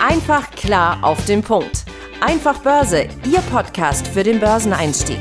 Einfach klar auf den Punkt. Einfach Börse, Ihr Podcast für den Börseneinstieg.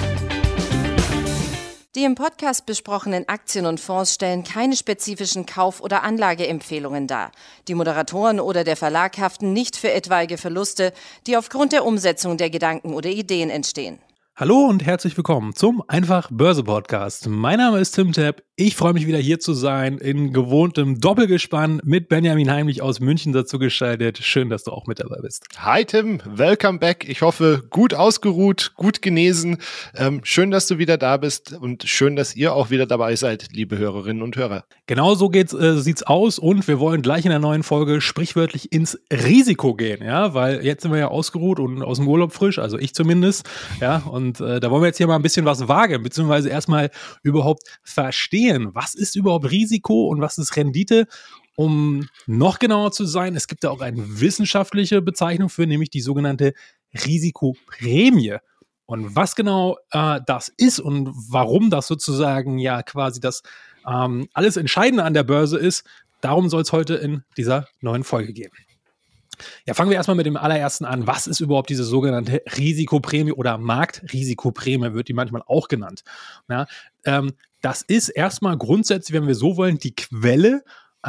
Die im Podcast besprochenen Aktien und Fonds stellen keine spezifischen Kauf- oder Anlageempfehlungen dar. Die Moderatoren oder der Verlag haften nicht für etwaige Verluste, die aufgrund der Umsetzung der Gedanken oder Ideen entstehen. Hallo und herzlich willkommen zum Einfach Börse Podcast. Mein Name ist Tim Tepp. Ich freue mich wieder hier zu sein in gewohntem Doppelgespann mit Benjamin Heimlich aus München dazu geschaltet. Schön, dass du auch mit dabei bist. Hi Tim, welcome back. Ich hoffe, gut ausgeruht, gut genesen. Schön, dass du wieder da bist und schön, dass ihr auch wieder dabei seid, liebe Hörerinnen und Hörer. Genau so sieht's aus und wir wollen gleich in der neuen Folge sprichwörtlich ins Risiko gehen, ja, weil jetzt sind wir ja ausgeruht und aus dem Urlaub frisch, also ich zumindest, ja, und da wollen wir jetzt hier mal ein bisschen was wagen, beziehungsweise erstmal überhaupt verstehen, was ist überhaupt Risiko und was ist Rendite. Um noch genauer zu sein, es gibt da auch eine wissenschaftliche Bezeichnung für, nämlich die sogenannte Risikoprämie. Und was genau das ist und warum das sozusagen ja quasi das alles Entscheidende an der Börse ist, darum soll es heute in dieser neuen Folge gehen. Ja, fangen wir erstmal mit dem allerersten an. Was ist überhaupt diese sogenannte Risikoprämie oder Marktrisikoprämie, wird die manchmal auch genannt. Ja, das ist erstmal grundsätzlich, wenn wir so wollen, die Quelle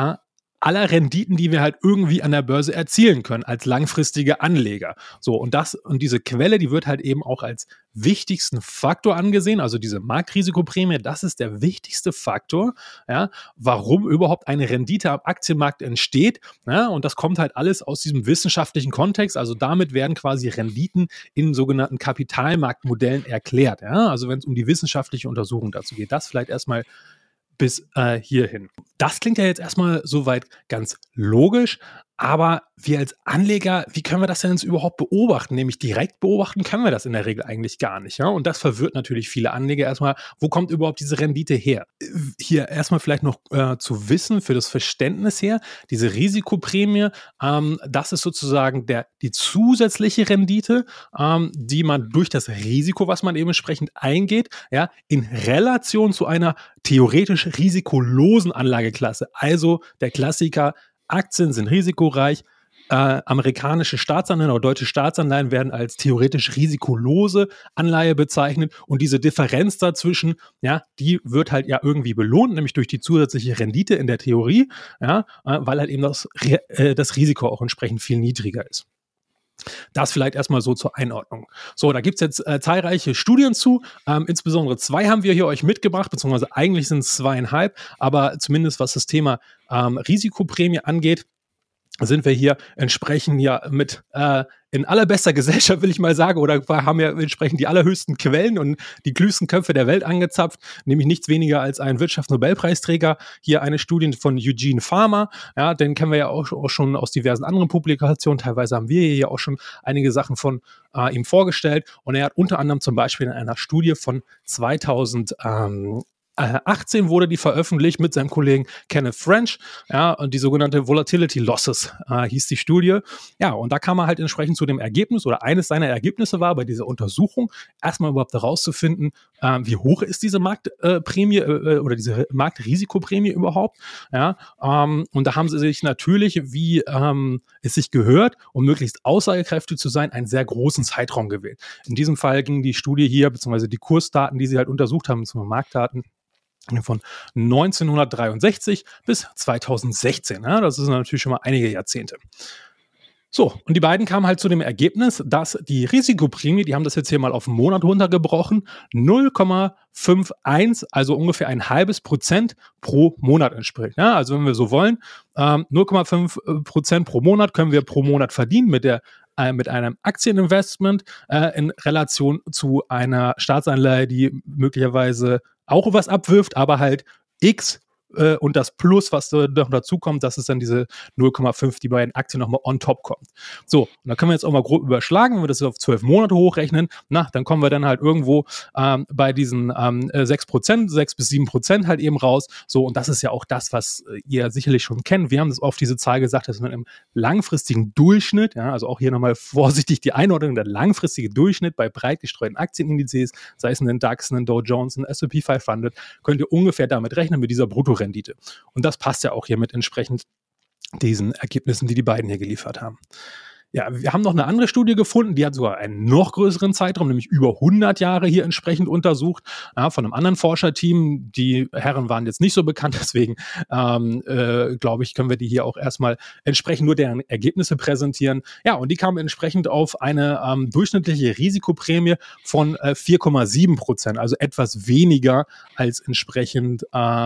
aller Renditen, die wir halt irgendwie an der Börse erzielen können, als langfristige Anleger. So, und diese Quelle, die wird halt eben auch als wichtigsten Faktor angesehen, also diese Marktrisikoprämie, das ist der wichtigste Faktor, ja, warum überhaupt eine Rendite am Aktienmarkt entsteht, ja, und das kommt halt alles aus diesem wissenschaftlichen Kontext, also damit werden quasi Renditen in sogenannten Kapitalmarktmodellen erklärt, ja, also wenn es um die wissenschaftliche Untersuchung dazu geht, das vielleicht erstmal bis hierhin. Das klingt ja jetzt erstmal soweit ganz logisch, aber wir als Anleger, wie können wir das denn jetzt überhaupt beobachten? Nämlich direkt beobachten können wir das in der Regel eigentlich gar nicht. Ja? Und das verwirrt natürlich viele Anleger erstmal. Wo kommt überhaupt diese Rendite her? Hier erstmal vielleicht noch zu wissen, für das Verständnis her, diese Risikoprämie, das ist sozusagen die zusätzliche Rendite, die man durch das Risiko, was man eben entsprechend eingeht, ja, in Relation zu einer theoretisch risikolosen Anlageklasse. Also der Klassiker, Aktien sind risikoreich, amerikanische Staatsanleihen oder deutsche Staatsanleihen werden als theoretisch risikolose Anleihe bezeichnet und diese Differenz dazwischen, ja, die wird halt ja irgendwie belohnt, nämlich durch die zusätzliche Rendite in der Theorie, ja, weil halt eben das Risiko auch entsprechend viel niedriger ist. Das vielleicht erstmal so zur Einordnung. So, da gibt es jetzt zahlreiche Studien zu, insbesondere 2 haben wir hier euch mitgebracht, beziehungsweise eigentlich sind es 2,5, aber zumindest was das Thema Risikoprämie angeht, sind wir hier entsprechend ja mit in allerbester Gesellschaft, will ich mal sagen, oder haben ja entsprechend die allerhöchsten Quellen und die klügsten Köpfe der Welt angezapft, nämlich nichts weniger als ein Wirtschaftsnobelpreisträger. Hier eine Studie von Eugene Fama, ja, den kennen wir ja auch schon aus diversen anderen Publikationen, teilweise haben wir hier auch schon einige Sachen von ihm vorgestellt und er hat unter anderem zum Beispiel in einer Studie von 2018 wurde die veröffentlicht mit seinem Kollegen Kenneth French, ja, und die sogenannte Volatility Losses hieß die Studie. Ja, und da kam er halt entsprechend zu dem Ergebnis, oder eines seiner Ergebnisse war bei dieser Untersuchung, erstmal überhaupt herauszufinden, wie hoch ist diese Marktprämie oder diese Marktrisikoprämie überhaupt, ja, und da haben sie sich natürlich, wie es sich gehört, um möglichst aussagekräftig zu sein, einen sehr großen Zeitraum gewählt. In diesem Fall ging die Studie hier, beziehungsweise die Kursdaten, die sie halt untersucht haben, zum Marktdaten, von 1963 bis 2016. Ja, das sind natürlich schon mal einige Jahrzehnte. So, und die beiden kamen halt zu dem Ergebnis, dass die Risikoprämie, die haben das jetzt hier mal auf einen Monat runtergebrochen, 0,51, also ungefähr 0,5% pro Monat entspricht. Ja, also wenn wir so wollen, 0,5% pro Monat können wir pro Monat verdienen mit einem Aktieninvestment in Relation zu einer Staatsanleihe, die möglicherweise auch was abwirft, aber halt X und das Plus, was noch dazu kommt, das ist dann diese 0,5, die bei den Aktien nochmal on top kommt. So, und da können wir jetzt auch mal grob überschlagen, wenn wir das auf 12 Monate hochrechnen, dann kommen wir dann halt irgendwo bei diesen 6%, 6 bis 7% halt eben raus. So, und das ist ja auch das, was ihr sicherlich schon kennt. Wir haben das oft diese Zahl gesagt, dass man im langfristigen Durchschnitt, ja, also auch hier nochmal vorsichtig die Einordnung, der langfristige Durchschnitt bei breit gestreuten Aktienindizes, sei es einen DAX, einen Dow Jones, einen S&P 500, könnt ihr ungefähr damit rechnen, mit dieser Bruttorendite. Und das passt ja auch hiermit entsprechend diesen Ergebnissen, die die beiden hier geliefert haben. Ja, wir haben noch eine andere Studie gefunden, die hat sogar einen noch größeren Zeitraum, nämlich über 100 Jahre hier entsprechend untersucht, von einem anderen Forscherteam. Die Herren waren jetzt nicht so bekannt, deswegen glaube ich, können wir die hier auch erstmal entsprechend nur deren Ergebnisse präsentieren. Ja, und die kamen entsprechend auf eine durchschnittliche Risikoprämie von 4,7%, also etwas weniger als entsprechend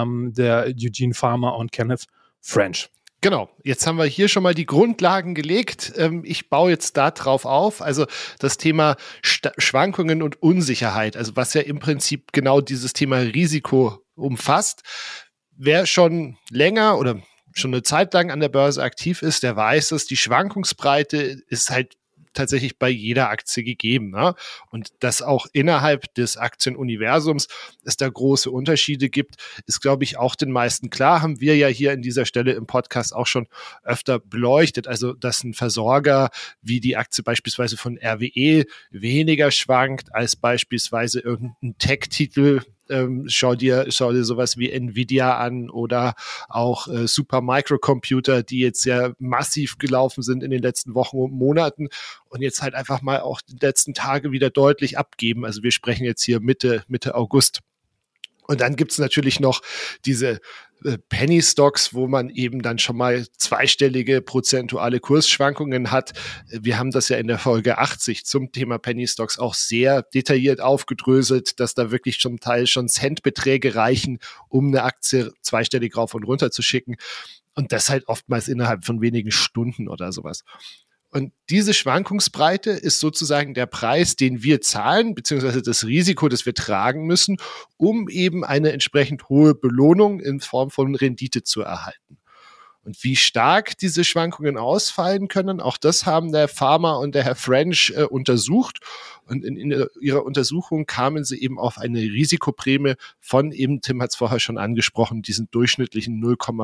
der Eugene Farmer und Kenneth French. Genau, jetzt haben wir hier schon mal die Grundlagen gelegt. Ich baue jetzt da drauf auf. Also das Thema Schwankungen und Unsicherheit, also was ja im Prinzip genau dieses Thema Risiko umfasst. Wer schon länger oder schon eine Zeit lang an der Börse aktiv ist, der weiß, dass die Schwankungsbreite ist halt tatsächlich bei jeder Aktie gegeben. Ne? Und dass auch innerhalb des Aktienuniversums es da große Unterschiede gibt, ist, glaube ich, auch den meisten klar. Haben wir ja hier in dieser Stelle im Podcast auch schon öfter beleuchtet. Also, dass ein Versorger wie die Aktie beispielsweise von RWE weniger schwankt als beispielsweise irgendein Tech-Titel. Schau dir sowas wie Nvidia an oder auch Supermicrocomputer, die jetzt sehr massiv gelaufen sind in den letzten Wochen und Monaten und jetzt halt einfach mal auch die letzten Tage wieder deutlich abgeben. Also wir sprechen jetzt hier Mitte August. Und dann gibt's natürlich noch diese Penny Stocks, wo man eben dann schon mal zweistellige prozentuale Kursschwankungen hat. Wir haben das ja in der Folge 80 zum Thema Penny Stocks auch sehr detailliert aufgedröselt, dass da wirklich zum Teil schon Centbeträge reichen, um eine Aktie zweistellig rauf und runter zu schicken. Und das halt oftmals innerhalb von wenigen Stunden oder sowas. Und diese Schwankungsbreite ist sozusagen der Preis, den wir zahlen, beziehungsweise das Risiko, das wir tragen müssen, um eben eine entsprechend hohe Belohnung in Form von Rendite zu erhalten. Und wie stark diese Schwankungen ausfallen können, auch das haben der Farmer und der Herr French untersucht. Und in ihrer Untersuchung kamen sie eben auf eine Risikoprämie von eben, Tim hat es vorher schon angesprochen, diesen durchschnittlichen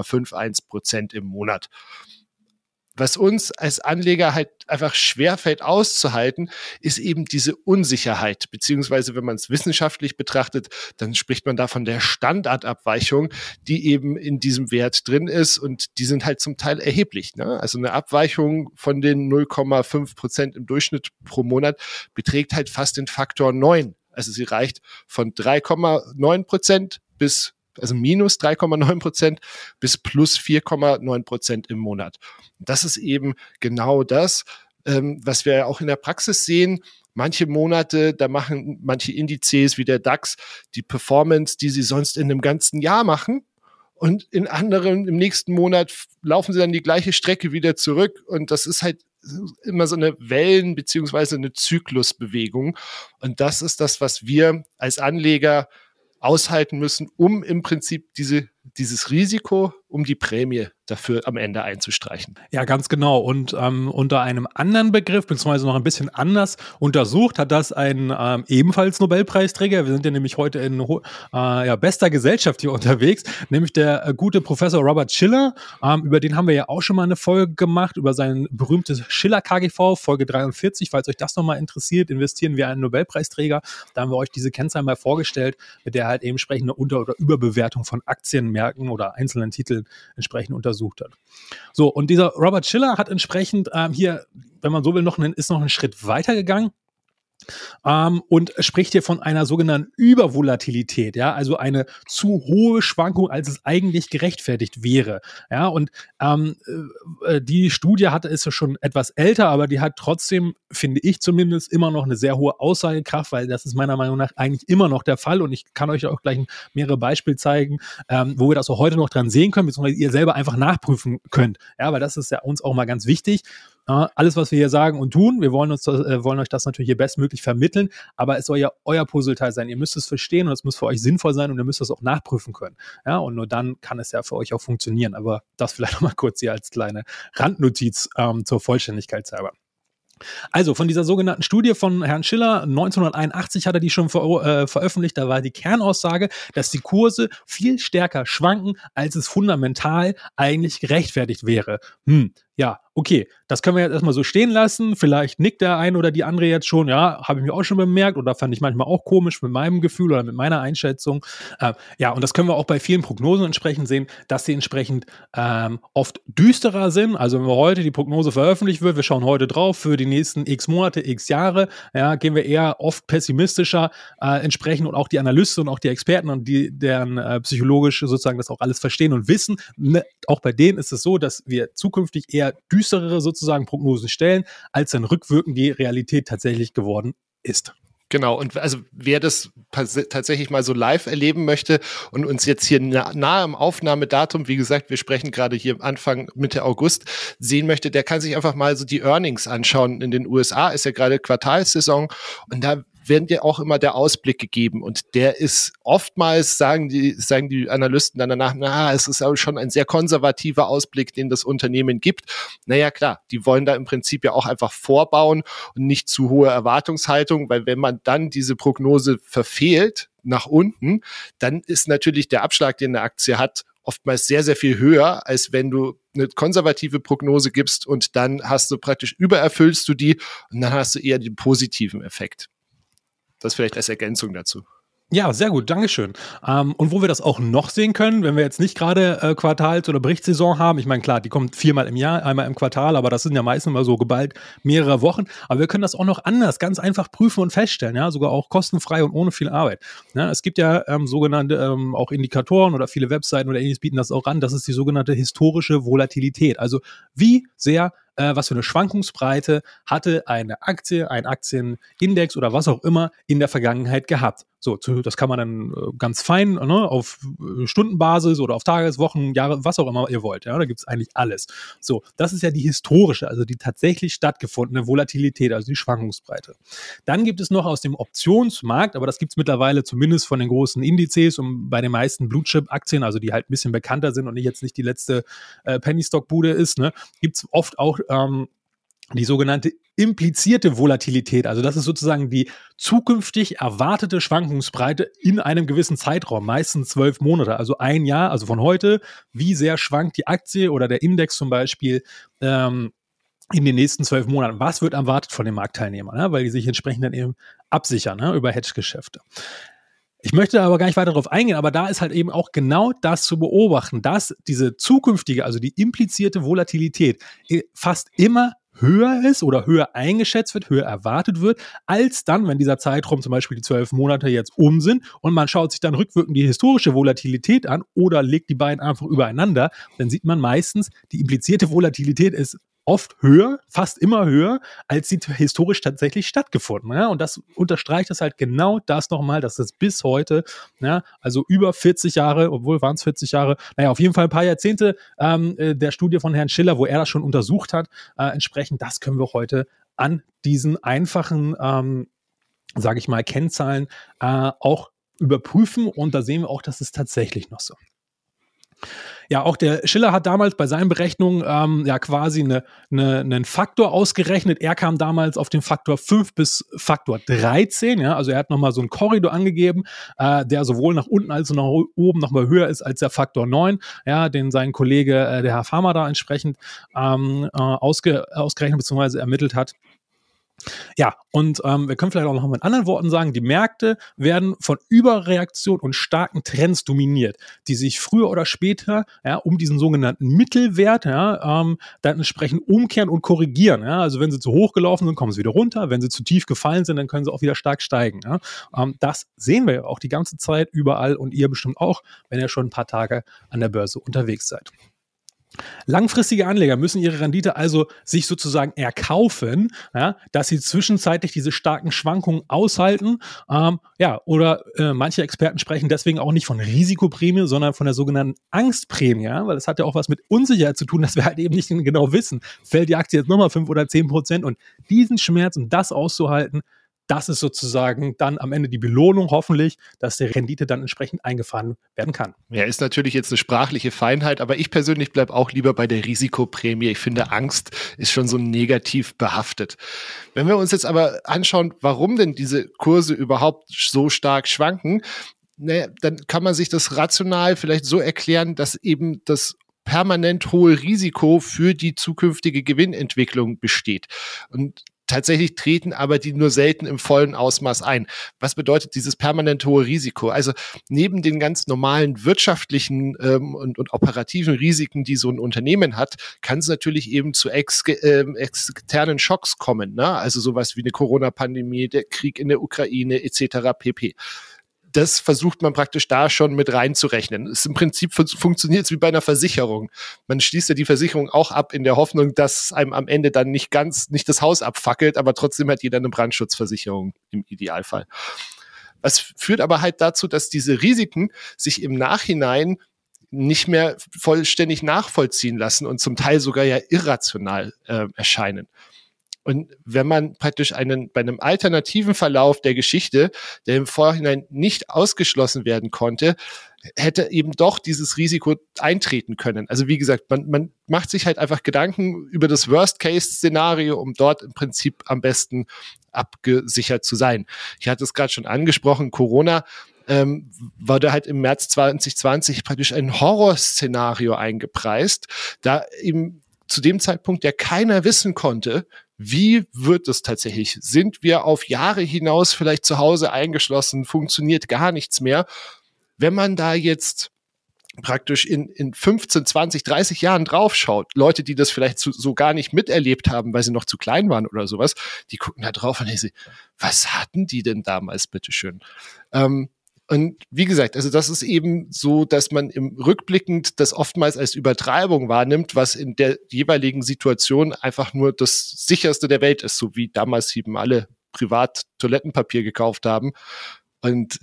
0,51% im Monat. Was uns als Anleger halt einfach schwerfällt auszuhalten, ist eben diese Unsicherheit, beziehungsweise wenn man es wissenschaftlich betrachtet, dann spricht man da von der Standardabweichung, die eben in diesem Wert drin ist und die sind halt zum Teil erheblich. Ne? Also eine Abweichung von den 0,5% im Durchschnitt pro Monat beträgt halt fast den Faktor 9. Also sie reicht von 3,9% bis also minus 3,9% bis plus 4,9% im Monat. Das ist eben genau das, was wir auch in der Praxis sehen. Manche Monate, da machen manche Indizes wie der DAX die Performance, die sie sonst in einem ganzen Jahr machen. Und in anderen, im nächsten Monat laufen sie dann die gleiche Strecke wieder zurück. Und das ist halt immer so eine Wellen- beziehungsweise eine Zyklusbewegung. Und das ist das, was wir als Anleger aushalten müssen, um im Prinzip dieses Risiko, um die Prämie dafür am Ende einzustreichen. Ja, ganz genau. Und unter einem anderen Begriff, beziehungsweise noch ein bisschen anders untersucht, hat das ein ebenfalls Nobelpreisträger, wir sind ja nämlich heute in bester Gesellschaft hier unterwegs, nämlich der gute Professor Robert Shiller, über den haben wir ja auch schon mal eine Folge gemacht, über sein berühmtes Shiller-KGV, Folge 43, falls euch das nochmal interessiert, investieren wir einen Nobelpreisträger, da haben wir euch diese Kennzahl mal vorgestellt, mit der halt eben entsprechende Unter- oder Überbewertung von Aktienmärkten oder einzelnen Titeln entsprechend untersucht hat. So, und dieser Robert Shiller hat entsprechend hier, wenn man so will, ist noch einen Schritt weiter gegangen. Und spricht hier von einer sogenannten Übervolatilität, ja, also eine zu hohe Schwankung, als es eigentlich gerechtfertigt wäre, ja, und die Studie ist ja schon etwas älter, aber die hat trotzdem, finde ich zumindest, immer noch eine sehr hohe Aussagekraft, weil das ist meiner Meinung nach eigentlich immer noch der Fall und ich kann euch auch gleich mehrere Beispiele zeigen, wo wir das auch heute noch dran sehen können, beziehungsweise ihr selber einfach nachprüfen könnt, ja, weil das ist ja uns auch mal ganz wichtig. Alles, was wir hier sagen und tun, wir wollen euch das natürlich hier bestmöglich vermitteln, aber es soll ja euer Puzzleteil sein. Ihr müsst es verstehen und es muss für euch sinnvoll sein und ihr müsst es auch nachprüfen können. Ja, und nur dann kann es ja für euch auch funktionieren. Aber das vielleicht nochmal kurz hier als kleine Randnotiz zur Vollständigkeit halber. Also von dieser sogenannten Studie von Herrn Shiller, 1981 hat er die schon veröffentlicht, da war die Kernaussage, dass die Kurse viel stärker schwanken, als es fundamental eigentlich gerechtfertigt wäre. Ja, okay, das können wir jetzt erstmal so stehen lassen. Vielleicht nickt der ein oder die andere jetzt schon, ja, habe ich mir auch schon bemerkt oder fand ich manchmal auch komisch mit meinem Gefühl oder mit meiner Einschätzung. Ja, und das können wir auch bei vielen Prognosen entsprechend sehen, dass sie entsprechend oft düsterer sind. Also wenn wir heute die Prognose veröffentlicht wird, wir schauen heute drauf für die nächsten x Monate, x Jahre, ja, gehen wir eher oft pessimistischer entsprechend und auch die Analysten und auch die Experten und deren psychologisch sozusagen das auch alles verstehen und wissen, ne, auch bei denen ist es so, dass wir zukünftig eher düsterere sozusagen Prognosen stellen, als dann rückwirkend die Realität tatsächlich geworden ist. Genau, und also wer das tatsächlich mal so live erleben möchte und uns jetzt hier nahe am Aufnahmedatum, wie gesagt, wir sprechen gerade hier Anfang, Mitte August, sehen möchte, der kann sich einfach mal so die Earnings anschauen. In den USA ist ja gerade Quartalssaison und da werden dir auch immer der Ausblick gegeben und der ist oftmals, sagen die Analysten dann danach, es ist aber schon ein sehr konservativer Ausblick, den das Unternehmen gibt. Naja, klar, die wollen da im Prinzip ja auch einfach vorbauen und nicht zu hohe Erwartungshaltung, weil wenn man dann diese Prognose verfehlt nach unten, dann ist natürlich der Abschlag, den eine Aktie hat, oftmals sehr, sehr viel höher, als wenn du eine konservative Prognose gibst und dann hast du praktisch übererfüllst du die und dann hast du eher den positiven Effekt. Das vielleicht als Ergänzung dazu. Ja, sehr gut, Dankeschön. Und wo wir das auch noch sehen können, wenn wir jetzt nicht gerade Quartals- oder Berichtssaison haben, ich meine, klar, die kommt 4-mal im Jahr, einmal im Quartal, aber das sind ja meistens immer so geballt mehrere Wochen. Aber wir können das auch noch anders, ganz einfach prüfen und feststellen, ja, sogar auch kostenfrei und ohne viel Arbeit. Ja, es gibt ja sogenannte auch Indikatoren oder viele Webseiten oder ähnliches bieten das auch an, das ist die sogenannte historische Volatilität. Also wie sehr was für eine Schwankungsbreite hatte eine Aktie, ein Aktienindex oder was auch immer in der Vergangenheit gehabt. So, das kann man dann ganz fein, ne, auf Stundenbasis oder auf Tages-, Wochen-, Jahre, was auch immer ihr wollt. Ja, da gibt es eigentlich alles. So, das ist ja die historische, also die tatsächlich stattgefundene Volatilität, also die Schwankungsbreite. Dann gibt es noch aus dem Optionsmarkt, aber das gibt es mittlerweile zumindest von den großen Indizes und bei den meisten Blue-Chip-Aktien, also die halt ein bisschen bekannter sind und jetzt nicht die letzte Penny-Stock-Bude ist, ne, gibt es oft auch die sogenannte implizierte Volatilität, also das ist sozusagen die zukünftig erwartete Schwankungsbreite in einem gewissen Zeitraum, meistens 12 Monate, also ein Jahr, also von heute, wie sehr schwankt die Aktie oder der Index zum Beispiel in den nächsten 12 Monaten. Was wird erwartet von den Marktteilnehmern, ne? Weil die sich entsprechend dann eben absichern, ne? Über Hedge-Geschäfte. Ich möchte aber gar nicht weiter darauf eingehen, aber da ist halt eben auch genau das zu beobachten, dass diese zukünftige, also die implizierte Volatilität fast immer höher ist oder höher eingeschätzt wird, höher erwartet wird, als dann, wenn dieser Zeitraum zum Beispiel die 12 Monate jetzt um sind und man schaut sich dann rückwirkend die historische Volatilität an oder legt die beiden einfach übereinander, dann sieht man meistens, die implizierte Volatilität ist oft höher, fast immer höher, als sie historisch tatsächlich stattgefunden. Ja? Und das unterstreicht das halt genau das nochmal, dass das bis heute, ja, also über 40 Jahre, obwohl waren es 40 Jahre, naja, auf jeden Fall ein paar Jahrzehnte der Studie von Herrn Schiller, wo er das schon untersucht hat, entsprechend, das können wir heute an diesen einfachen, sage ich mal, Kennzahlen auch überprüfen und da sehen wir auch, dass es tatsächlich noch so. Ja, auch der Schiller hat damals bei seinen Berechnungen ja quasi einen Faktor ausgerechnet. Er kam damals auf den Faktor 5 bis Faktor 13. Ja, also er hat nochmal so einen Korridor angegeben, der sowohl nach unten als auch nach oben nochmal höher ist als der Faktor 9, ja, den sein Kollege, der Herr Farmer, da entsprechend ausgerechnet bzw. ermittelt hat. Ja, und wir können vielleicht auch noch mit anderen Worten sagen, die Märkte werden von Überreaktion und starken Trends dominiert, die sich früher oder später um diesen sogenannten Mittelwert dann entsprechend umkehren und korrigieren. Ja? Also wenn sie zu hoch gelaufen sind, kommen sie wieder runter. Wenn sie zu tief gefallen sind, dann können sie auch wieder stark steigen. Ja? Das sehen wir ja auch die ganze Zeit überall und ihr bestimmt auch, wenn ihr schon ein paar Tage an der Börse unterwegs seid. Langfristige Anleger müssen ihre Rendite also sich sozusagen erkaufen, ja, dass sie zwischenzeitlich diese starken Schwankungen aushalten. Oder manche Experten sprechen deswegen auch nicht von Risikoprämie, sondern von der sogenannten Angstprämie, ja, weil das hat ja auch was mit Unsicherheit zu tun, dass wir halt eben nicht genau wissen, fällt die Aktie jetzt nochmal 5 oder 10% und diesen Schmerz und das auszuhalten, das ist sozusagen dann am Ende die Belohnung, hoffentlich, dass die Rendite dann entsprechend eingefahren werden kann. Ja, ist natürlich jetzt eine sprachliche Feinheit, aber ich persönlich bleibe auch lieber bei der Risikoprämie. Ich finde, Angst ist schon so negativ behaftet. Wenn wir uns jetzt aber anschauen, warum denn diese Kurse überhaupt so stark schwanken, dann kann man sich das rational vielleicht so erklären, dass eben das permanent hohe Risiko für die zukünftige Gewinnentwicklung besteht. Und tatsächlich treten aber die nur selten im vollen Ausmaß ein. Was bedeutet dieses permanent hohe Risiko? Also neben den ganz normalen wirtschaftlichen und operativen Risiken, die so ein Unternehmen hat, kann es natürlich eben zu externen Schocks kommen. Ne? Also sowas wie eine Corona-Pandemie, der Krieg in der Ukraine etc. pp. Das versucht man praktisch da schon mit reinzurechnen. Es im Prinzip funktioniert es wie bei einer Versicherung. Man schließt ja die Versicherung auch ab in der Hoffnung, dass einem am Ende dann nicht das Haus abfackelt, aber trotzdem hat jeder eine Brandschutzversicherung im Idealfall. Das führt aber halt dazu, dass diese Risiken sich im Nachhinein nicht mehr vollständig nachvollziehen lassen und zum Teil sogar ja irrational erscheinen. Und wenn man praktisch bei einem alternativen Verlauf der Geschichte, der im Vorhinein nicht ausgeschlossen werden konnte, hätte eben doch dieses Risiko eintreten können. Also wie gesagt, man macht sich halt einfach Gedanken über das Worst-Case-Szenario, um dort im Prinzip am besten abgesichert zu sein. Ich hatte es gerade schon angesprochen, Corona wurde halt im März 2020 praktisch ein Horrorszenario eingepreist, da eben zu dem Zeitpunkt ja keiner wissen konnte, wie wird es tatsächlich? Sind wir auf Jahre hinaus vielleicht zu Hause eingeschlossen? Funktioniert gar nichts mehr? Wenn man da jetzt praktisch in 15, 20, 30 Jahren draufschaut, Leute, die das vielleicht so gar nicht miterlebt haben, weil sie noch zu klein waren oder sowas, die gucken da drauf und denken, was hatten die denn damals, bitteschön? Und wie gesagt, also das ist eben so, dass man im Rückblickend das oftmals als Übertreibung wahrnimmt, was in der jeweiligen Situation einfach nur das sicherste der Welt ist, so wie damals eben alle privat Toilettenpapier gekauft haben. Und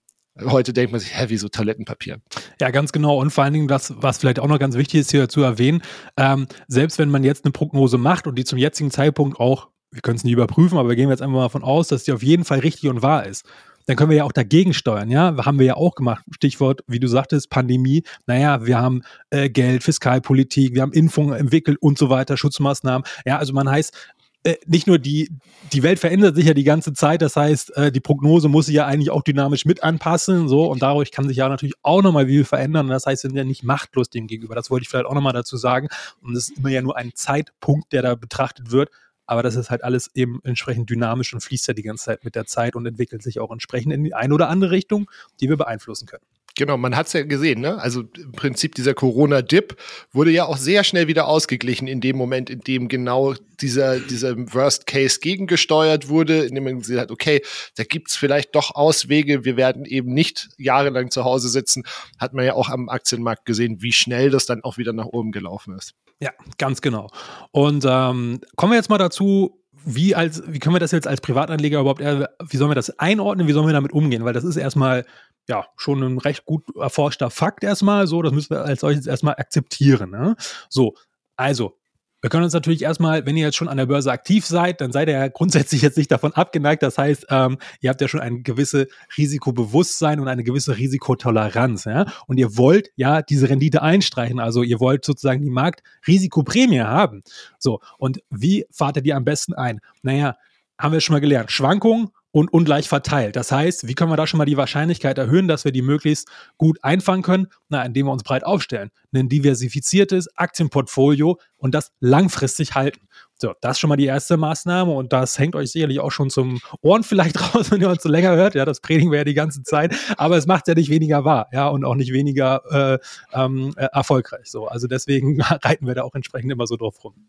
heute denkt man sich, wieso Toilettenpapier? Ja, ganz genau. Und vor allen Dingen, was vielleicht auch noch ganz wichtig ist hier zu erwähnen, selbst wenn man jetzt eine Prognose macht und die zum jetzigen Zeitpunkt auch, wir können es nie überprüfen, aber wir gehen jetzt einfach mal davon aus, dass die auf jeden Fall richtig und wahr ist, dann können wir ja auch dagegen steuern, ja, haben wir ja auch gemacht, Stichwort, wie du sagtest, Pandemie, naja, wir haben Geld, Fiskalpolitik, wir haben Impfungen entwickelt und so weiter, Schutzmaßnahmen, ja, also man heißt, nicht nur die Welt verändert sich ja die ganze Zeit, das heißt, die Prognose muss sich ja eigentlich auch dynamisch mit anpassen, so, und dadurch kann sich ja natürlich auch nochmal viel verändern, und das heißt, wir sind ja nicht machtlos dem gegenüber, das wollte ich vielleicht auch nochmal dazu sagen, und es ist immer ja nur ein Zeitpunkt, der da betrachtet wird, aber das ist halt alles eben entsprechend dynamisch und fließt ja die ganze Zeit mit der Zeit und entwickelt sich auch entsprechend in die eine oder andere Richtung, die wir beeinflussen können. Genau, man hat es ja gesehen, ne? Also im Prinzip dieser Corona-Dip wurde ja auch sehr schnell wieder ausgeglichen in dem Moment, in dem genau dieser Worst Case gegengesteuert wurde, in dem man gesagt hat, okay, da gibt's vielleicht doch Auswege, wir werden eben nicht jahrelang zu Hause sitzen. Hat man ja auch am Aktienmarkt gesehen, wie schnell das dann auch wieder nach oben gelaufen ist. Ja, ganz genau. Und kommen wir jetzt mal dazu, wie können wir das jetzt als Privatanleger überhaupt, wie sollen wir das einordnen, wie sollen wir damit umgehen? Weil das ist erstmal ja schon ein recht gut erforschter Fakt erstmal, so, das müssen wir als solches erstmal akzeptieren. Ne? So, also, wir können uns natürlich erstmal, wenn ihr jetzt schon an der Börse aktiv seid, dann seid ihr ja grundsätzlich jetzt nicht davon abgeneigt. Das heißt, ihr habt ja schon ein gewisses Risikobewusstsein und eine gewisse Risikotoleranz. Ja? Und ihr wollt ja diese Rendite einstreichen. Also ihr wollt sozusagen die Marktrisikoprämie haben. So, und wie fahrt ihr die am besten ein? Naja, haben wir schon mal gelernt. Schwankungen und ungleich verteilt. Das heißt, wie können wir da schon mal die Wahrscheinlichkeit erhöhen, dass wir die möglichst gut einfangen können? Na, indem wir uns breit aufstellen. Ein diversifiziertes Aktienportfolio und das langfristig halten. So, das ist schon mal die erste Maßnahme und das hängt euch sicherlich auch schon zum Ohren vielleicht raus, wenn ihr uns so länger hört. Ja, das predigen wir ja die ganze Zeit, aber es macht ja nicht weniger wahr, ja, und auch nicht weniger erfolgreich. So, also deswegen reiten wir da auch entsprechend immer so drauf rum.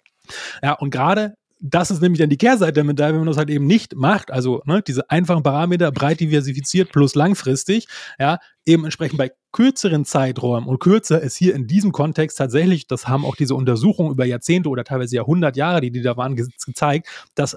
Ja, und gerade das ist nämlich dann die Kehrseite der Medaille, wenn man das halt eben nicht macht, also ne, diese einfachen Parameter, breit diversifiziert plus langfristig, ja, eben entsprechend bei kürzeren Zeiträumen und kürzer ist hier in diesem Kontext tatsächlich, das haben auch diese Untersuchungen über Jahrzehnte oder teilweise Jahrhundert Jahre, die da waren, gezeigt, dass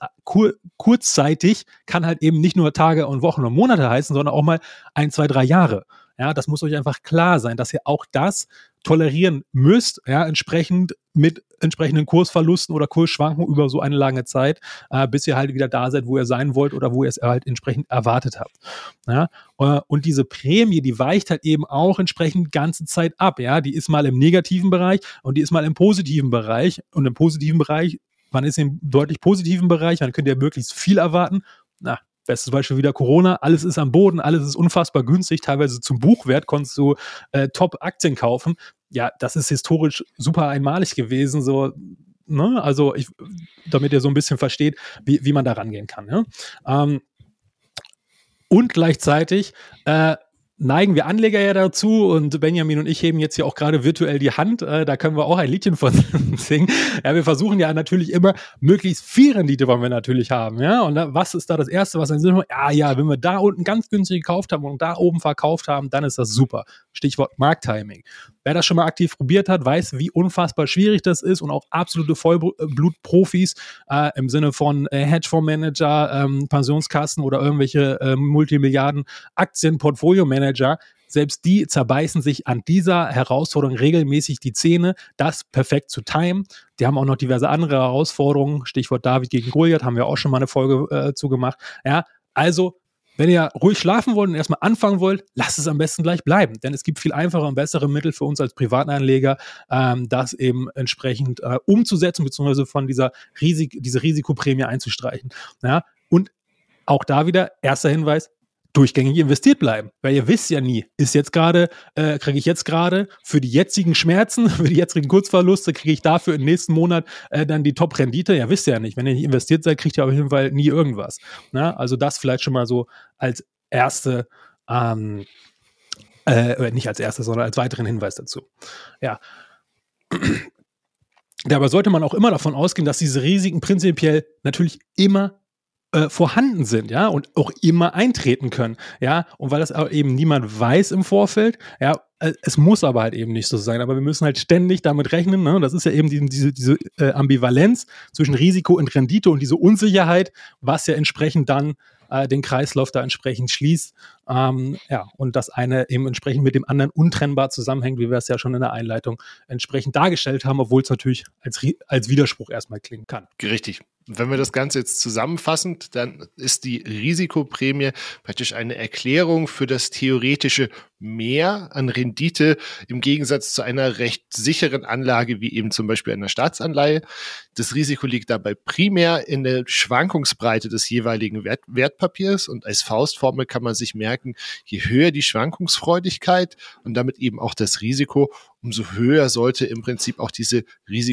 kurzzeitig kann halt eben nicht nur Tage und Wochen und Monate heißen, sondern auch mal 1, 2, 3 Jahre. Ja, das muss euch einfach klar sein, dass ihr auch das tolerieren müsst, ja, entsprechend mit entsprechenden Kursverlusten oder Kursschwankungen über so eine lange Zeit, bis ihr halt wieder da seid, wo ihr sein wollt oder wo ihr es halt entsprechend erwartet habt. Ja? Und diese Prämie, die weicht halt eben auch entsprechend ganze Zeit ab. Ja? Die ist mal im negativen Bereich und die ist mal im positiven Bereich. Und im positiven Bereich, wann ist im deutlich positiven Bereich, dann könnt ihr möglichst viel erwarten. Na, bestes Beispiel wieder Corona, alles ist am Boden, alles ist unfassbar günstig, teilweise zum Buchwert konntest du Top-Aktien kaufen. ja, das ist historisch super einmalig gewesen, so, ne? Also damit ihr so ein bisschen versteht, wie man da rangehen kann. Ja? Und gleichzeitig neigen wir Anleger ja dazu, und Benjamin und ich heben jetzt hier auch gerade virtuell die Hand, da können wir auch ein Liedchen von singen. Ja, wir versuchen ja natürlich immer, möglichst viel Rendite wollen wir natürlich haben, ja, und was ist da das Erste, was in den Sinn kommt? Ja, wenn wir da unten ganz günstig gekauft haben und da oben verkauft haben, dann ist das super. Stichwort Markttiming. Wer das schon mal aktiv probiert hat, weiß, wie unfassbar schwierig das ist, und auch absolute Vollblutprofis im Sinne von Hedgefondsmanager, Pensionskassen oder irgendwelche Multimilliarden Aktien-Portfolio-Manager, selbst die zerbeißen sich an dieser Herausforderung regelmäßig die Zähne, das perfekt zu timen. Die haben auch noch diverse andere Herausforderungen, Stichwort David gegen Goliath, haben wir auch schon mal eine Folge zugemacht. Ja, also wenn ihr ruhig schlafen wollt und erstmal anfangen wollt, lasst es am besten gleich bleiben, denn es gibt viel einfache und bessere Mittel für uns als Privatanleger, das eben entsprechend umzusetzen, beziehungsweise von diese Risikoprämie einzustreichen. Ja? Und auch da wieder, erster Hinweis, durchgängig investiert bleiben, weil ihr wisst ja nie, kriege ich jetzt gerade für die jetzigen Schmerzen, für die jetzigen Kurzverluste, kriege ich dafür im nächsten Monat dann die Top-Rendite? Ja, wisst ihr ja nicht. Wenn ihr nicht investiert seid, kriegt ihr auf jeden Fall nie irgendwas. Na, also das vielleicht schon mal so als erste, nicht als erste, sondern als weiteren Hinweis dazu. Ja. Dabei sollte man auch immer davon ausgehen, dass diese Risiken prinzipiell natürlich immer vorhanden sind, ja, und auch immer eintreten können, ja, und weil das auch eben niemand weiß im Vorfeld, ja, es muss aber halt eben nicht so sein, aber wir müssen halt ständig damit rechnen, ne? Das ist ja eben diese Ambivalenz zwischen Risiko und Rendite und diese Unsicherheit, was ja entsprechend dann den Kreislauf da entsprechend schließt, ja, und das eine eben entsprechend mit dem anderen untrennbar zusammenhängt, wie wir es ja schon in der Einleitung entsprechend dargestellt haben, obwohl es natürlich als Widerspruch erstmal klingen kann. Richtig. Wenn wir das Ganze jetzt zusammenfassen, dann ist die Risikoprämie praktisch eine Erklärung für das theoretische Mehr an Rendite im Gegensatz zu einer recht sicheren Anlage, wie eben zum Beispiel einer Staatsanleihe. Das Risiko liegt dabei primär in der Schwankungsbreite des jeweiligen Wertpapiers, und als Faustformel kann man sich merken, je höher die Schwankungsfreudigkeit und damit eben auch das Risiko, umso höher sollte im Prinzip auch diese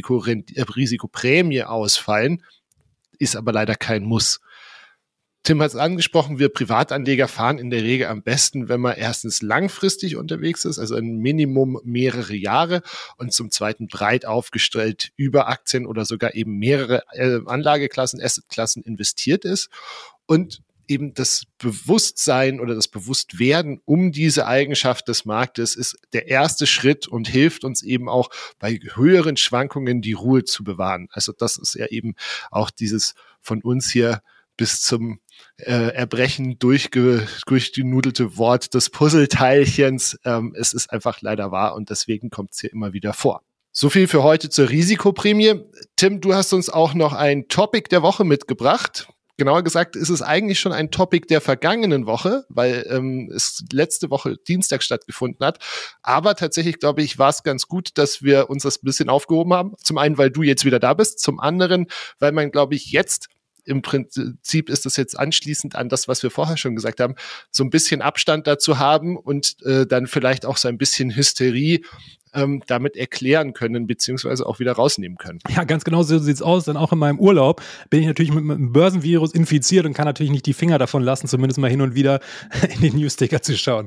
Risikoprämie ausfallen. Ist aber leider kein Muss. Tim hat es angesprochen, wir Privatanleger fahren in der Regel am besten, wenn man erstens langfristig unterwegs ist, also ein Minimum mehrere Jahre, und zum Zweiten breit aufgestellt über Aktien oder sogar eben mehrere Anlageklassen, Assetklassen investiert ist, und eben das Bewusstsein oder das Bewusstwerden um diese Eigenschaft des Marktes ist der erste Schritt und hilft uns eben auch bei höheren Schwankungen die Ruhe zu bewahren. Also das ist ja eben auch dieses von uns hier bis zum Erbrechen durchgenudelte Wort des Puzzleteilchens. Es ist einfach leider wahr, und deswegen kommt es hier immer wieder vor. So viel für heute zur Risikoprämie. Tim, du hast uns auch noch ein Topic der Woche mitgebracht. Genauer gesagt ist es eigentlich schon ein Topic der vergangenen Woche, weil es letzte Woche Dienstag stattgefunden hat. Aber tatsächlich, glaube ich, war es ganz gut, dass wir uns das ein bisschen aufgehoben haben. Zum einen, weil du jetzt wieder da bist. Zum anderen, weil man, glaube ich, jetzt, im Prinzip ist das jetzt anschließend an das, was wir vorher schon gesagt haben, so ein bisschen Abstand dazu haben und dann vielleicht auch so ein bisschen Hysterie damit erklären können, beziehungsweise auch wieder rausnehmen können. Ja, ganz genau so sieht's aus, denn auch in meinem Urlaub bin ich natürlich mit einem Börsenvirus infiziert und kann natürlich nicht die Finger davon lassen, zumindest mal hin und wieder in den Newsticker zu schauen.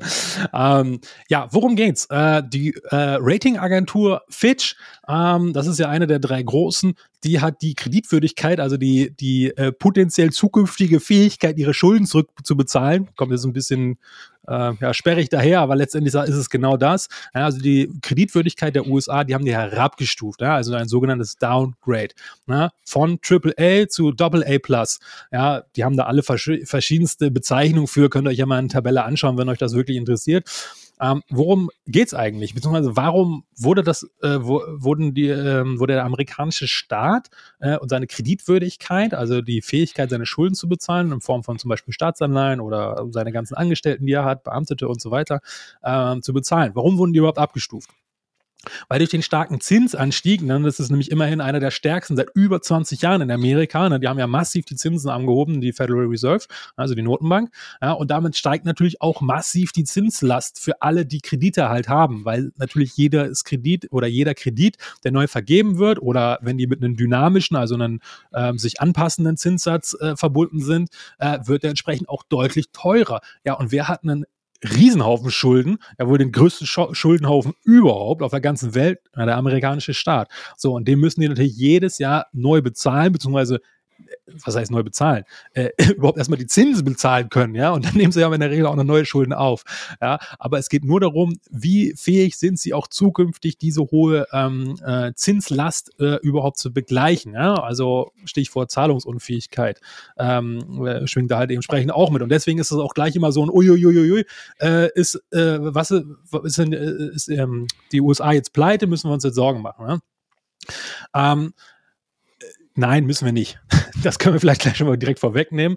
Ja, worum geht's? Die Ratingagentur Fitch, das ist ja eine der drei großen, die hat die Kreditwürdigkeit, also die potenziell zukünftige Fähigkeit, ihre Schulden zurückzubezahlen, kommt jetzt ein bisschen sperrig daher, aber letztendlich ist es genau das. Ja, also die Kreditwürdigkeit der USA, die haben die herabgestuft, ja, also ein sogenanntes Downgrade, ja, von AAA zu AA+. Ja, die haben da alle verschiedenste Bezeichnungen für, könnt ihr euch ja mal eine Tabelle anschauen, wenn euch das wirklich interessiert. Worum geht's eigentlich? Beziehungsweise warum wurde der amerikanische Staat und seine Kreditwürdigkeit, also die Fähigkeit, seine Schulden zu bezahlen, in Form von zum Beispiel Staatsanleihen oder seine ganzen Angestellten, die er hat, Beamtete und so weiter, zu bezahlen? Warum wurden die überhaupt abgestuft? Weil durch den starken Zinsanstieg, ne, das ist nämlich immerhin einer der stärksten seit über 20 Jahren in Amerika, ne, die haben ja massiv die Zinsen angehoben, die Federal Reserve, also die Notenbank, ja, und damit steigt natürlich auch massiv die Zinslast für alle, die Kredite halt haben, weil natürlich jeder Kredit, der neu vergeben wird oder wenn die mit einem dynamischen, also einem sich anpassenden Zinssatz verbunden sind, wird der entsprechend auch deutlich teurer. Ja, und wer hat einen Riesenhaufen Schulden, ja wohl den größten Schuldenhaufen überhaupt auf der ganzen Welt, der amerikanische Staat. So, und den müssen die natürlich jedes Jahr neu bezahlen, beziehungsweise was heißt neu bezahlen? Überhaupt erstmal die Zinsen bezahlen können, ja, und dann nehmen sie ja in der Regel auch noch neue Schulden auf, ja, aber es geht nur darum, wie fähig sind sie auch zukünftig, diese hohe Zinslast überhaupt zu begleichen, ja, also Stichwort Zahlungsunfähigkeit schwingt da halt entsprechend auch mit und deswegen ist es auch gleich immer so ein ist die USA jetzt pleite, müssen wir uns jetzt Sorgen machen, ja? Nein, müssen wir nicht. Das können wir vielleicht gleich schon mal direkt vorwegnehmen.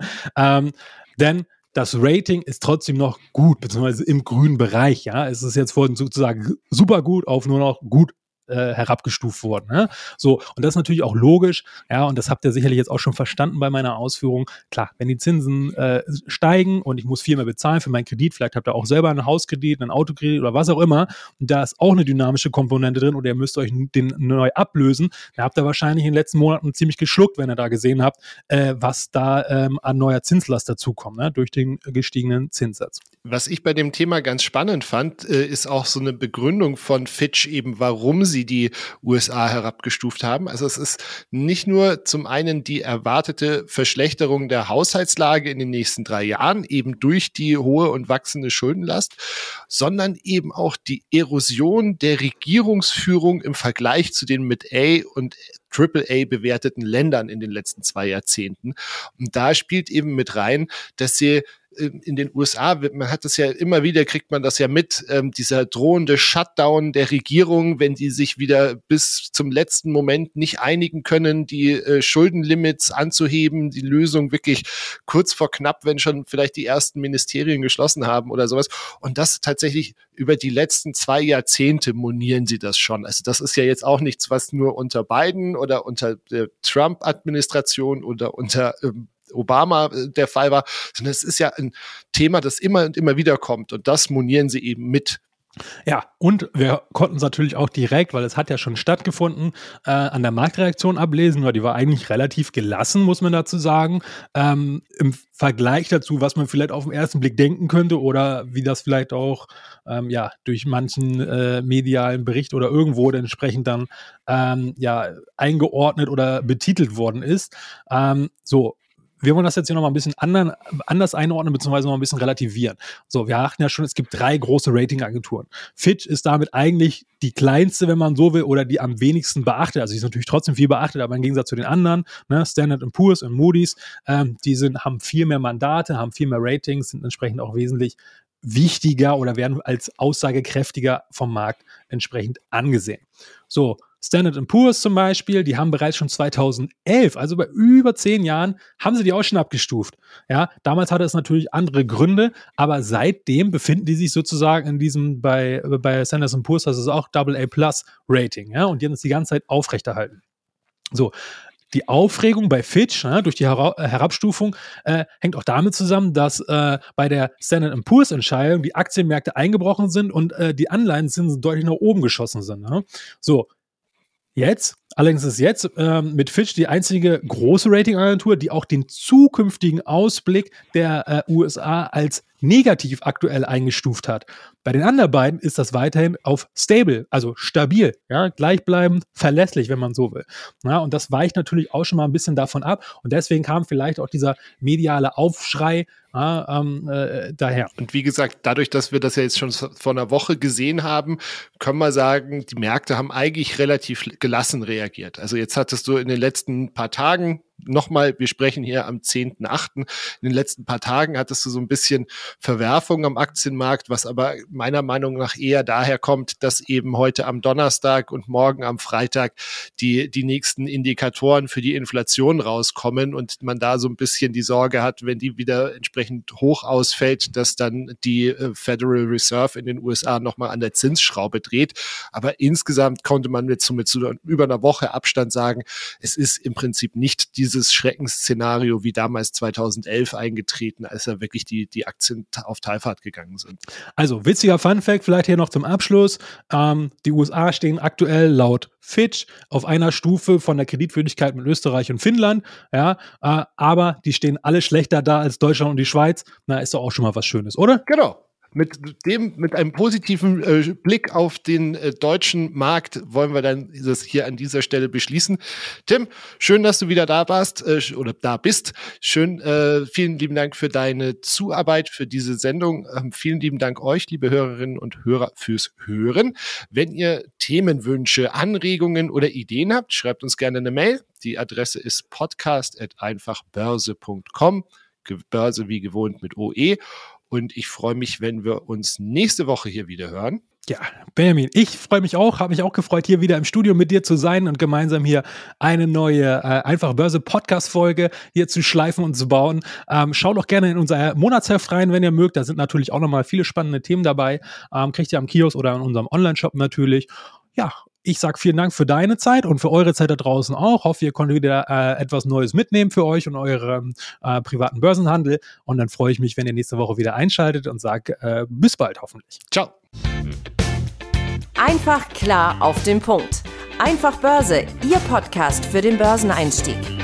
Denn das Rating ist trotzdem noch gut, beziehungsweise im grünen Bereich. Ja, es ist jetzt von sozusagen super gut auf nur noch gut herabgestuft worden. Ne? So, und das ist natürlich auch logisch, ja, und das habt ihr sicherlich jetzt auch schon verstanden bei meiner Ausführung. Klar, wenn die Zinsen steigen und ich muss viel mehr bezahlen für meinen Kredit, vielleicht habt ihr auch selber einen Hauskredit, einen Autokredit oder was auch immer, und da ist auch eine dynamische Komponente drin oder ihr müsst euch den neu ablösen, dann habt ihr wahrscheinlich in den letzten Monaten ziemlich geschluckt, wenn ihr da gesehen habt, was da an neuer Zinslast dazukommt, ne, durch den gestiegenen Zinssatz. Was ich bei dem Thema ganz spannend fand, ist auch so eine Begründung von Fitch eben, warum sie die USA herabgestuft haben. Also es ist nicht nur zum einen die erwartete Verschlechterung der Haushaltslage in den nächsten 3 Jahren, eben durch die hohe und wachsende Schuldenlast, sondern eben auch die Erosion der Regierungsführung im Vergleich zu den mit A und AAA bewerteten Ländern in den letzten 2 Jahrzehnten. Und da spielt eben mit rein, dass sie in den USA, man hat das ja immer wieder, kriegt man das ja mit, dieser drohende Shutdown der Regierung, wenn die sich wieder bis zum letzten Moment nicht einigen können, die Schuldenlimits anzuheben, die Lösung wirklich kurz vor knapp, wenn schon vielleicht die ersten Ministerien geschlossen haben oder sowas. Und das tatsächlich über die letzten 2 Jahrzehnte monieren sie das schon. Also das ist ja jetzt auch nichts, was nur unter Biden oder unter der Trump-Administration oder unter Obama der Fall war, sondern es ist ja ein Thema, das immer und immer wieder kommt und das monieren sie eben mit. Ja, und wir konnten es natürlich auch direkt, weil es hat ja schon stattgefunden, an der Marktreaktion ablesen, weil die war eigentlich relativ gelassen, muss man dazu sagen, im Vergleich dazu, was man vielleicht auf den ersten Blick denken könnte oder wie das vielleicht auch durch manchen medialen Bericht oder irgendwo entsprechend dann eingeordnet oder betitelt worden ist. Wir wollen das jetzt hier nochmal ein bisschen anders einordnen, beziehungsweise noch ein bisschen relativieren. So, wir achten ja schon, es gibt 3 große Ratingagenturen. Fitch ist damit eigentlich die kleinste, wenn man so will, oder die am wenigsten beachtet. Also, sie ist natürlich trotzdem viel beachtet, aber im Gegensatz zu den anderen, ne, Standard & Poor's und Moody's, haben viel mehr Mandate, haben viel mehr Ratings, sind entsprechend auch wesentlich wichtiger oder werden als aussagekräftiger vom Markt entsprechend angesehen. So, Standard & Poor's zum Beispiel, die haben bereits schon 2011, also bei über 10 Jahren, haben sie die auch schon abgestuft. Ja, damals hatte es natürlich andere Gründe, aber seitdem befinden die sich sozusagen in diesem, bei Standard & Poor's, das ist auch AA+-Rating, ja, und die haben es die ganze Zeit aufrechterhalten. So, die Aufregung bei Fitch durch die Herabstufung hängt auch damit zusammen, dass bei der Standard & Poor's Entscheidung die Aktienmärkte eingebrochen sind und die Anleihenzinsen deutlich nach oben geschossen sind. Ne? So, allerdings ist jetzt mit Fitch die einzige große Ratingagentur, die auch den zukünftigen Ausblick der USA als negativ aktuell eingestuft hat. Bei den anderen beiden ist das weiterhin auf stable, also stabil, ja, gleichbleibend, verlässlich, wenn man so will. Ja, und das weicht natürlich auch schon mal ein bisschen davon ab und deswegen kam vielleicht auch dieser mediale Aufschrei daher. Und wie gesagt, dadurch, dass wir das ja jetzt schon vor einer Woche gesehen haben, können wir sagen, die Märkte haben eigentlich relativ gelassen reagiert. Also jetzt hattest du in den letzten paar Tagen nochmal, wir sprechen hier am 10.8. In den letzten paar Tagen hattest du so ein bisschen Verwerfung am Aktienmarkt, was aber meiner Meinung nach eher daher kommt, dass eben heute am Donnerstag und morgen am Freitag die nächsten Indikatoren für die Inflation rauskommen und man da so ein bisschen die Sorge hat, wenn die wieder entsprechend hoch ausfällt, dass dann die Federal Reserve in den USA nochmal an der Zinsschraube dreht. Aber insgesamt konnte man jetzt mit so über einer Woche Abstand sagen, es ist im Prinzip nicht dieses Schreckensszenario wie damals 2011 eingetreten, als da wirklich die Aktien auf Talfahrt gegangen sind. Also witziger Funfact vielleicht hier noch zum Abschluss. Die USA stehen aktuell laut Fitch auf einer Stufe von der Kreditwürdigkeit mit Österreich und Finnland, ja, aber die stehen alle schlechter da als Deutschland und die Schweiz. Na, ist doch auch schon mal was Schönes, oder? Genau. Mit einem positiven Blick auf den deutschen Markt wollen wir dann das hier an dieser Stelle beschließen. Tim, schön, dass du wieder da warst oder da bist. Schön, vielen lieben Dank für deine Zuarbeit für diese Sendung. Vielen lieben Dank euch, liebe Hörerinnen und Hörer, fürs Hören. Wenn ihr Themenwünsche, Anregungen oder Ideen habt, schreibt uns gerne eine Mail. Die Adresse ist podcast@einfachbörse.com. Börse wie gewohnt mit OE. Und ich freue mich, wenn wir uns nächste Woche hier wieder hören. Ja, Benjamin, ich freue mich auch, habe mich auch gefreut, hier wieder im Studio mit dir zu sein und gemeinsam hier eine neue Einfach Börse Podcast-Folge hier zu schleifen und zu bauen. Schaut doch gerne in unser Monatsheft rein, wenn ihr mögt. Da sind natürlich auch nochmal viele spannende Themen dabei. Kriegt ihr am Kiosk oder in unserem Online-Shop natürlich. Ja, ich sage vielen Dank für deine Zeit und für eure Zeit da draußen auch. Hoffe, ihr konntet wieder etwas Neues mitnehmen für euch und euren privaten Börsenhandel. Und dann freue ich mich, wenn ihr nächste Woche wieder einschaltet und sage bis bald hoffentlich. Ciao. Einfach klar auf den Punkt. Einfach Börse, Ihr Podcast für den Börseneinstieg.